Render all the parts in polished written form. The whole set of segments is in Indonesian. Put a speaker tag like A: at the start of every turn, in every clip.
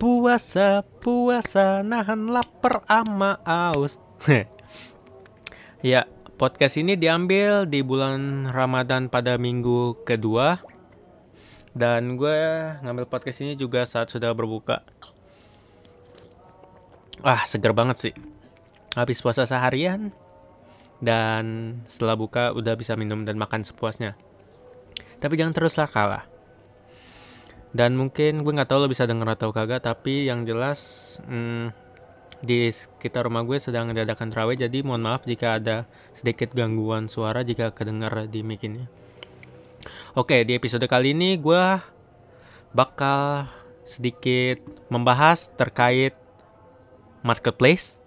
A: Puasa nahan lapar ama aus. Ya, podcast ini diambil di bulan Ramadan pada minggu kedua. Dan gue ngambil podcast ini juga saat sudah berbuka. Seger banget sih. Habis puasa seharian dan setelah buka udah bisa minum dan makan sepuasnya. Tapi jangan teruslah kalah. Dan mungkin gue gak tahu lo bisa denger atau kagak, tapi yang jelas di sekitar rumah gue sedang diadakan terawih. Jadi mohon maaf jika ada sedikit gangguan suara jika kedengar di mic ini. Oke, di episode kali ini gue bakal sedikit membahas terkait marketplace.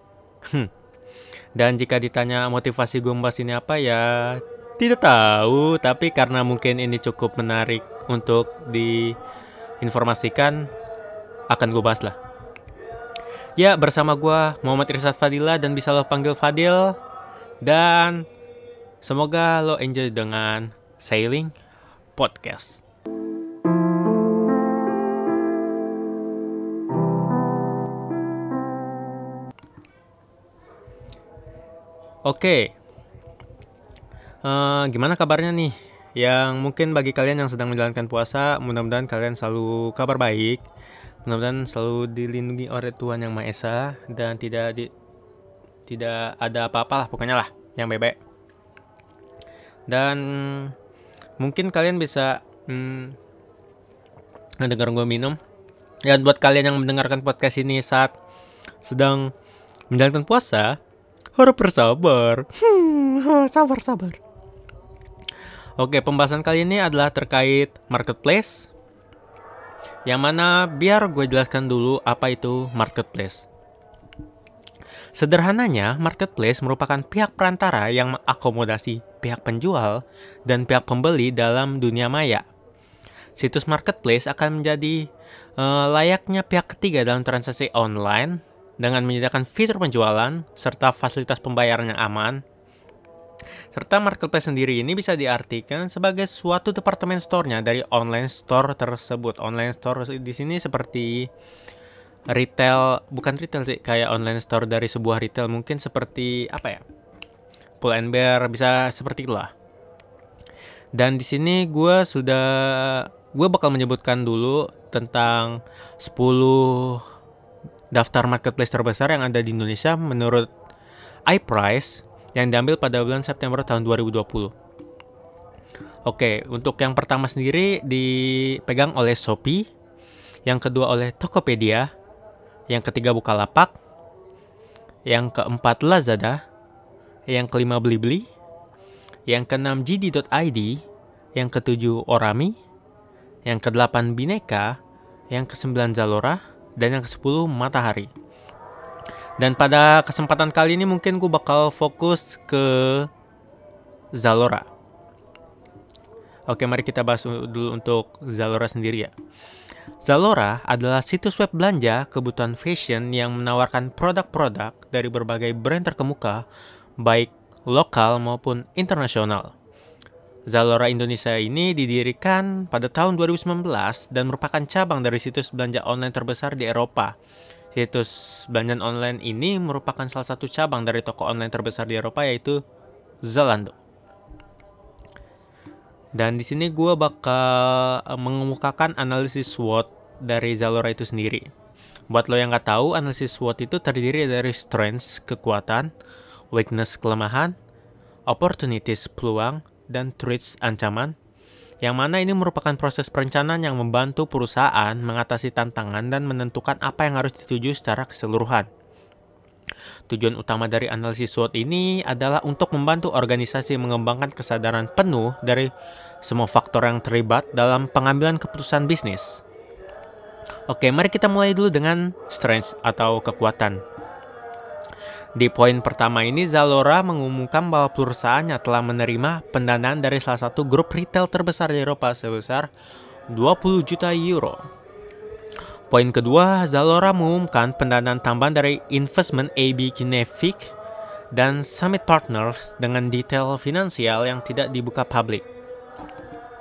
A: Dan jika ditanya motivasi gue membahas ini apa, ya tidak tahu. Tapi karena mungkin ini cukup menarik untuk diinformasikan, akan gue bahas lah. Ya, bersama gue Muhammad Irsad Fadila dan bisa lo panggil Fadil. Dan semoga lo enjoy dengan Sailing Podcast. Oke. Gimana kabarnya nih? Yang mungkin bagi kalian yang sedang menjalankan puasa, mudah-mudahan kalian selalu kabar baik. Mudah-mudahan selalu dilindungi oleh Tuhan Yang Maha Esa dan tidak ada apa-apa lah pokoknya lah yang bebek. Dan mungkin kalian bisa mendengar gue minum. Dan buat kalian yang mendengarkan podcast ini saat sedang menjalankan puasa, harap bersabar. Sabar. Oke, pembahasan kali ini adalah terkait marketplace. Yang mana biar gue jelaskan dulu apa itu marketplace. Sederhananya, marketplace merupakan pihak perantara yang mengakomodasi pihak penjual dan pihak pembeli dalam dunia maya. Situs marketplace akan menjadi layaknya pihak ketiga dalam transaksi online dengan menyediakan fitur penjualan serta fasilitas pembayaran yang aman. Serta marketplace sendiri ini bisa diartikan sebagai suatu departemen store-nya dari online store tersebut. Online store di sini seperti retail, bukan retail sih, kayak online store dari sebuah retail, mungkin seperti Pull and Bear, bisa seperti itulah. Dan di sini gue bakal menyebutkan dulu tentang 10 daftar marketplace terbesar yang ada di Indonesia menurut iPrice yang diambil pada bulan September tahun 2020. Oke, untuk yang pertama sendiri dipegang oleh Shopee, yang kedua oleh Tokopedia, yang ketiga Bukalapak, yang keempat Lazada, yang kelima Blibli, yang keenam JD.id, yang ketujuh Orami, yang kedelapan Bineka, yang kesembilan Zalora, dan yang kesepuluh Matahari. Dan pada kesempatan kali ini mungkin gue bakal fokus ke Zalora. Oke, mari kita bahas dulu untuk Zalora sendiri ya. Zalora adalah situs web belanja kebutuhan fashion yang menawarkan produk-produk dari berbagai brand terkemuka, baik lokal maupun internasional. Zalora Indonesia ini didirikan pada tahun 2019 dan merupakan cabang dari situs belanja online terbesar di Eropa. Situs belanja online ini merupakan salah satu cabang dari toko online terbesar di Eropa, yaitu Zalando. Dan di sini gue bakal mengemukakan analisis SWOT dari Zalora itu sendiri. Buat lo yang nggak tahu, analisis SWOT itu terdiri dari strengths, kekuatan, weakness, kelemahan, opportunities, peluang, dan threats, ancaman. Yang mana ini merupakan proses perencanaan yang membantu perusahaan mengatasi tantangan dan menentukan apa yang harus dituju secara keseluruhan. Tujuan utama dari analisis SWOT ini adalah untuk membantu organisasi mengembangkan kesadaran penuh dari semua faktor yang terlibat dalam pengambilan keputusan bisnis. Oke, mari kita mulai dulu dengan strengths atau kekuatan. Di poin pertama ini, Zalora mengumumkan bahwa perusahaannya telah menerima pendanaan dari salah satu grup retail terbesar di Eropa sebesar 20 juta euro. Poin kedua, Zalora mengumumkan pendanaan tambahan dari investment AB Kinetic dan Summit Partners dengan detail finansial yang tidak dibuka publik.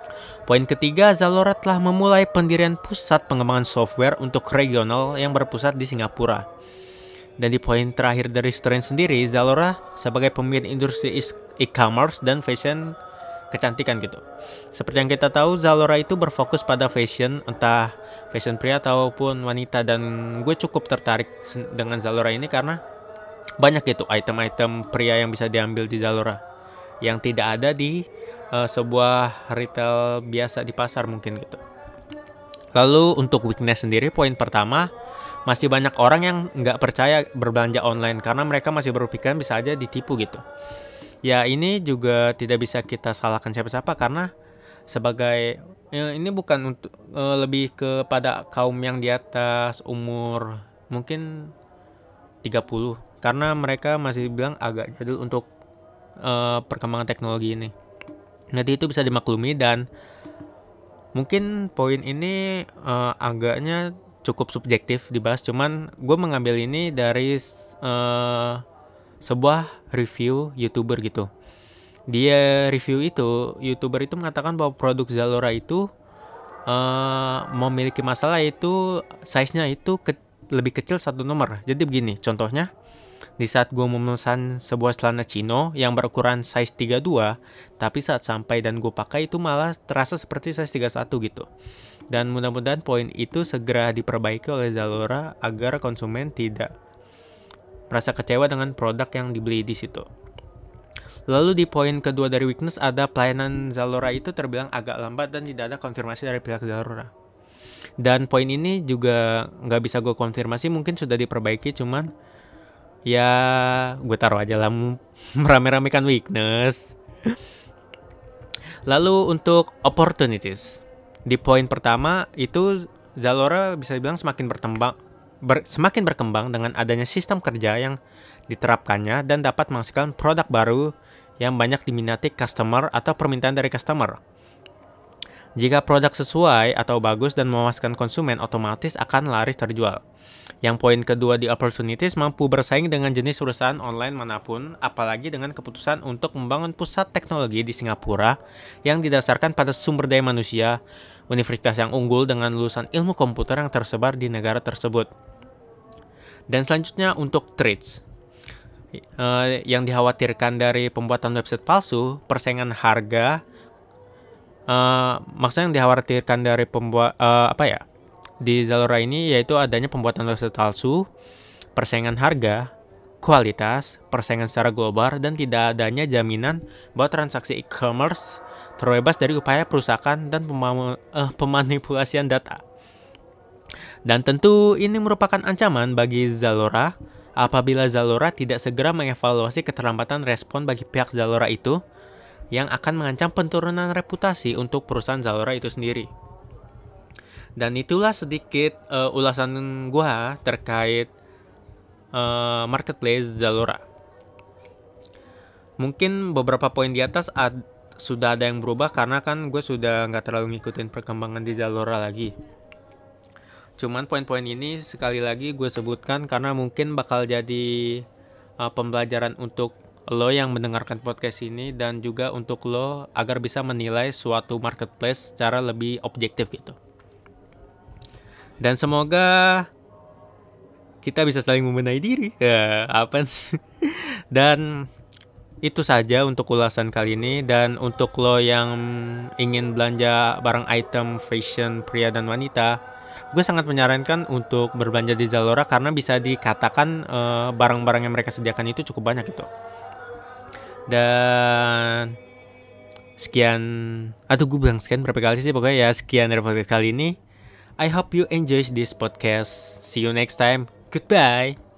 A: Poin ketiga, Zalora telah memulai pendirian pusat pengembangan software untuk regional yang berpusat di Singapura. Dan di poin terakhir dari Strange sendiri, Zalora sebagai pemimpin industri e-commerce dan fashion kecantikan gitu. Seperti yang kita tahu, Zalora itu berfokus pada fashion, entah fashion pria ataupun wanita, dan gue cukup tertarik dengan Zalora ini karena banyak gitu item-item pria yang bisa diambil di Zalora yang tidak ada di sebuah retail biasa di pasar mungkin gitu. Lalu untuk weakness sendiri, poin pertama, masih banyak orang yang nggak percaya berbelanja online karena mereka masih berpikiran bisa aja ditipu gitu. Ya ini juga tidak bisa kita salahkan siapa-siapa karena sebagai ini bukan untuk lebih kepada kaum yang di atas umur mungkin 30 karena mereka masih bilang agak jadul untuk perkembangan teknologi ini. Jadi itu bisa dimaklumi dan mungkin poin ini agaknya cukup subjektif dibahas, cuman gue mengambil ini dari sebuah review YouTuber gitu. Dia review itu, YouTuber itu mengatakan bahwa produk Zalora itu memiliki masalah yaitu size-nya itu lebih kecil satu nomor. Jadi begini, contohnya di saat gue memesan sebuah celana chino yang berukuran size 32, tapi saat sampai dan gue pakai itu malah terasa seperti size 31 gitu. Dan mudah-mudahan poin itu segera diperbaiki oleh Zalora agar konsumen tidak merasa kecewa dengan produk yang dibeli di situ. Lalu di poin kedua dari weakness ada pelayanan Zalora itu terbilang agak lambat dan tidak ada konfirmasi dari pihak Zalora. Dan poin ini juga nggak bisa gue konfirmasi, mungkin sudah diperbaiki, cuman ya gue taruh aja lah merame-ramekan weakness. Lalu untuk opportunities, di poin pertama itu Zalora bisa dibilang semakin berkembang dengan adanya sistem kerja yang diterapkannya dan dapat menghasilkan produk baru yang banyak diminati customer atau permintaan dari customer. Jika produk sesuai atau bagus dan memuaskan konsumen, otomatis akan laris terjual. Yang poin kedua di opportunities, mampu bersaing dengan jenis perusahaan online manapun, apalagi dengan keputusan untuk membangun pusat teknologi di Singapura yang didasarkan pada sumber daya manusia, universitas yang unggul dengan lulusan ilmu komputer yang tersebar di negara tersebut. Dan selanjutnya untuk traits, yang dikhawatirkan dari pembuatan website palsu, persaingan harga. Maksudnya yang dikhawatirkan dari di Zalora ini yaitu adanya pembuatan website palsu, persaingan harga, kualitas, persaingan secara global, dan tidak adanya jaminan bahwa transaksi e-commerce terbebas dari upaya perusakan dan pemanipulasian data. Dan tentu ini merupakan ancaman bagi Zalora apabila Zalora tidak segera mengevaluasi keterlambatan respon bagi pihak Zalora itu, yang akan mengancam penurunan reputasi untuk perusahaan Zalora itu sendiri. Dan itulah sedikit ulasan gua terkait marketplace Zalora. Mungkin beberapa poin di atas sudah ada yang berubah karena kan gue sudah nggak terlalu ngikutin perkembangan di Zalora lagi. Cuman poin-poin ini sekali lagi gue sebutkan karena mungkin bakal jadi pembelajaran untuk lo yang mendengarkan podcast ini dan juga untuk lo agar bisa menilai suatu marketplace secara lebih objektif gitu. Dan semoga kita bisa saling membenahi diri. Ya, apa sih? Dan itu saja untuk ulasan kali ini. Dan untuk lo yang ingin belanja barang item fashion pria dan wanita, gue sangat menyarankan untuk berbelanja di Zalora karena bisa dikatakan barang-barang yang mereka sediakan itu cukup banyak gitu. Dan sekian, gue bilang sekian berapa kali sih, pokoknya ya sekian dari podcast kali ini. I hope you enjoy this podcast. See you next time. Goodbye.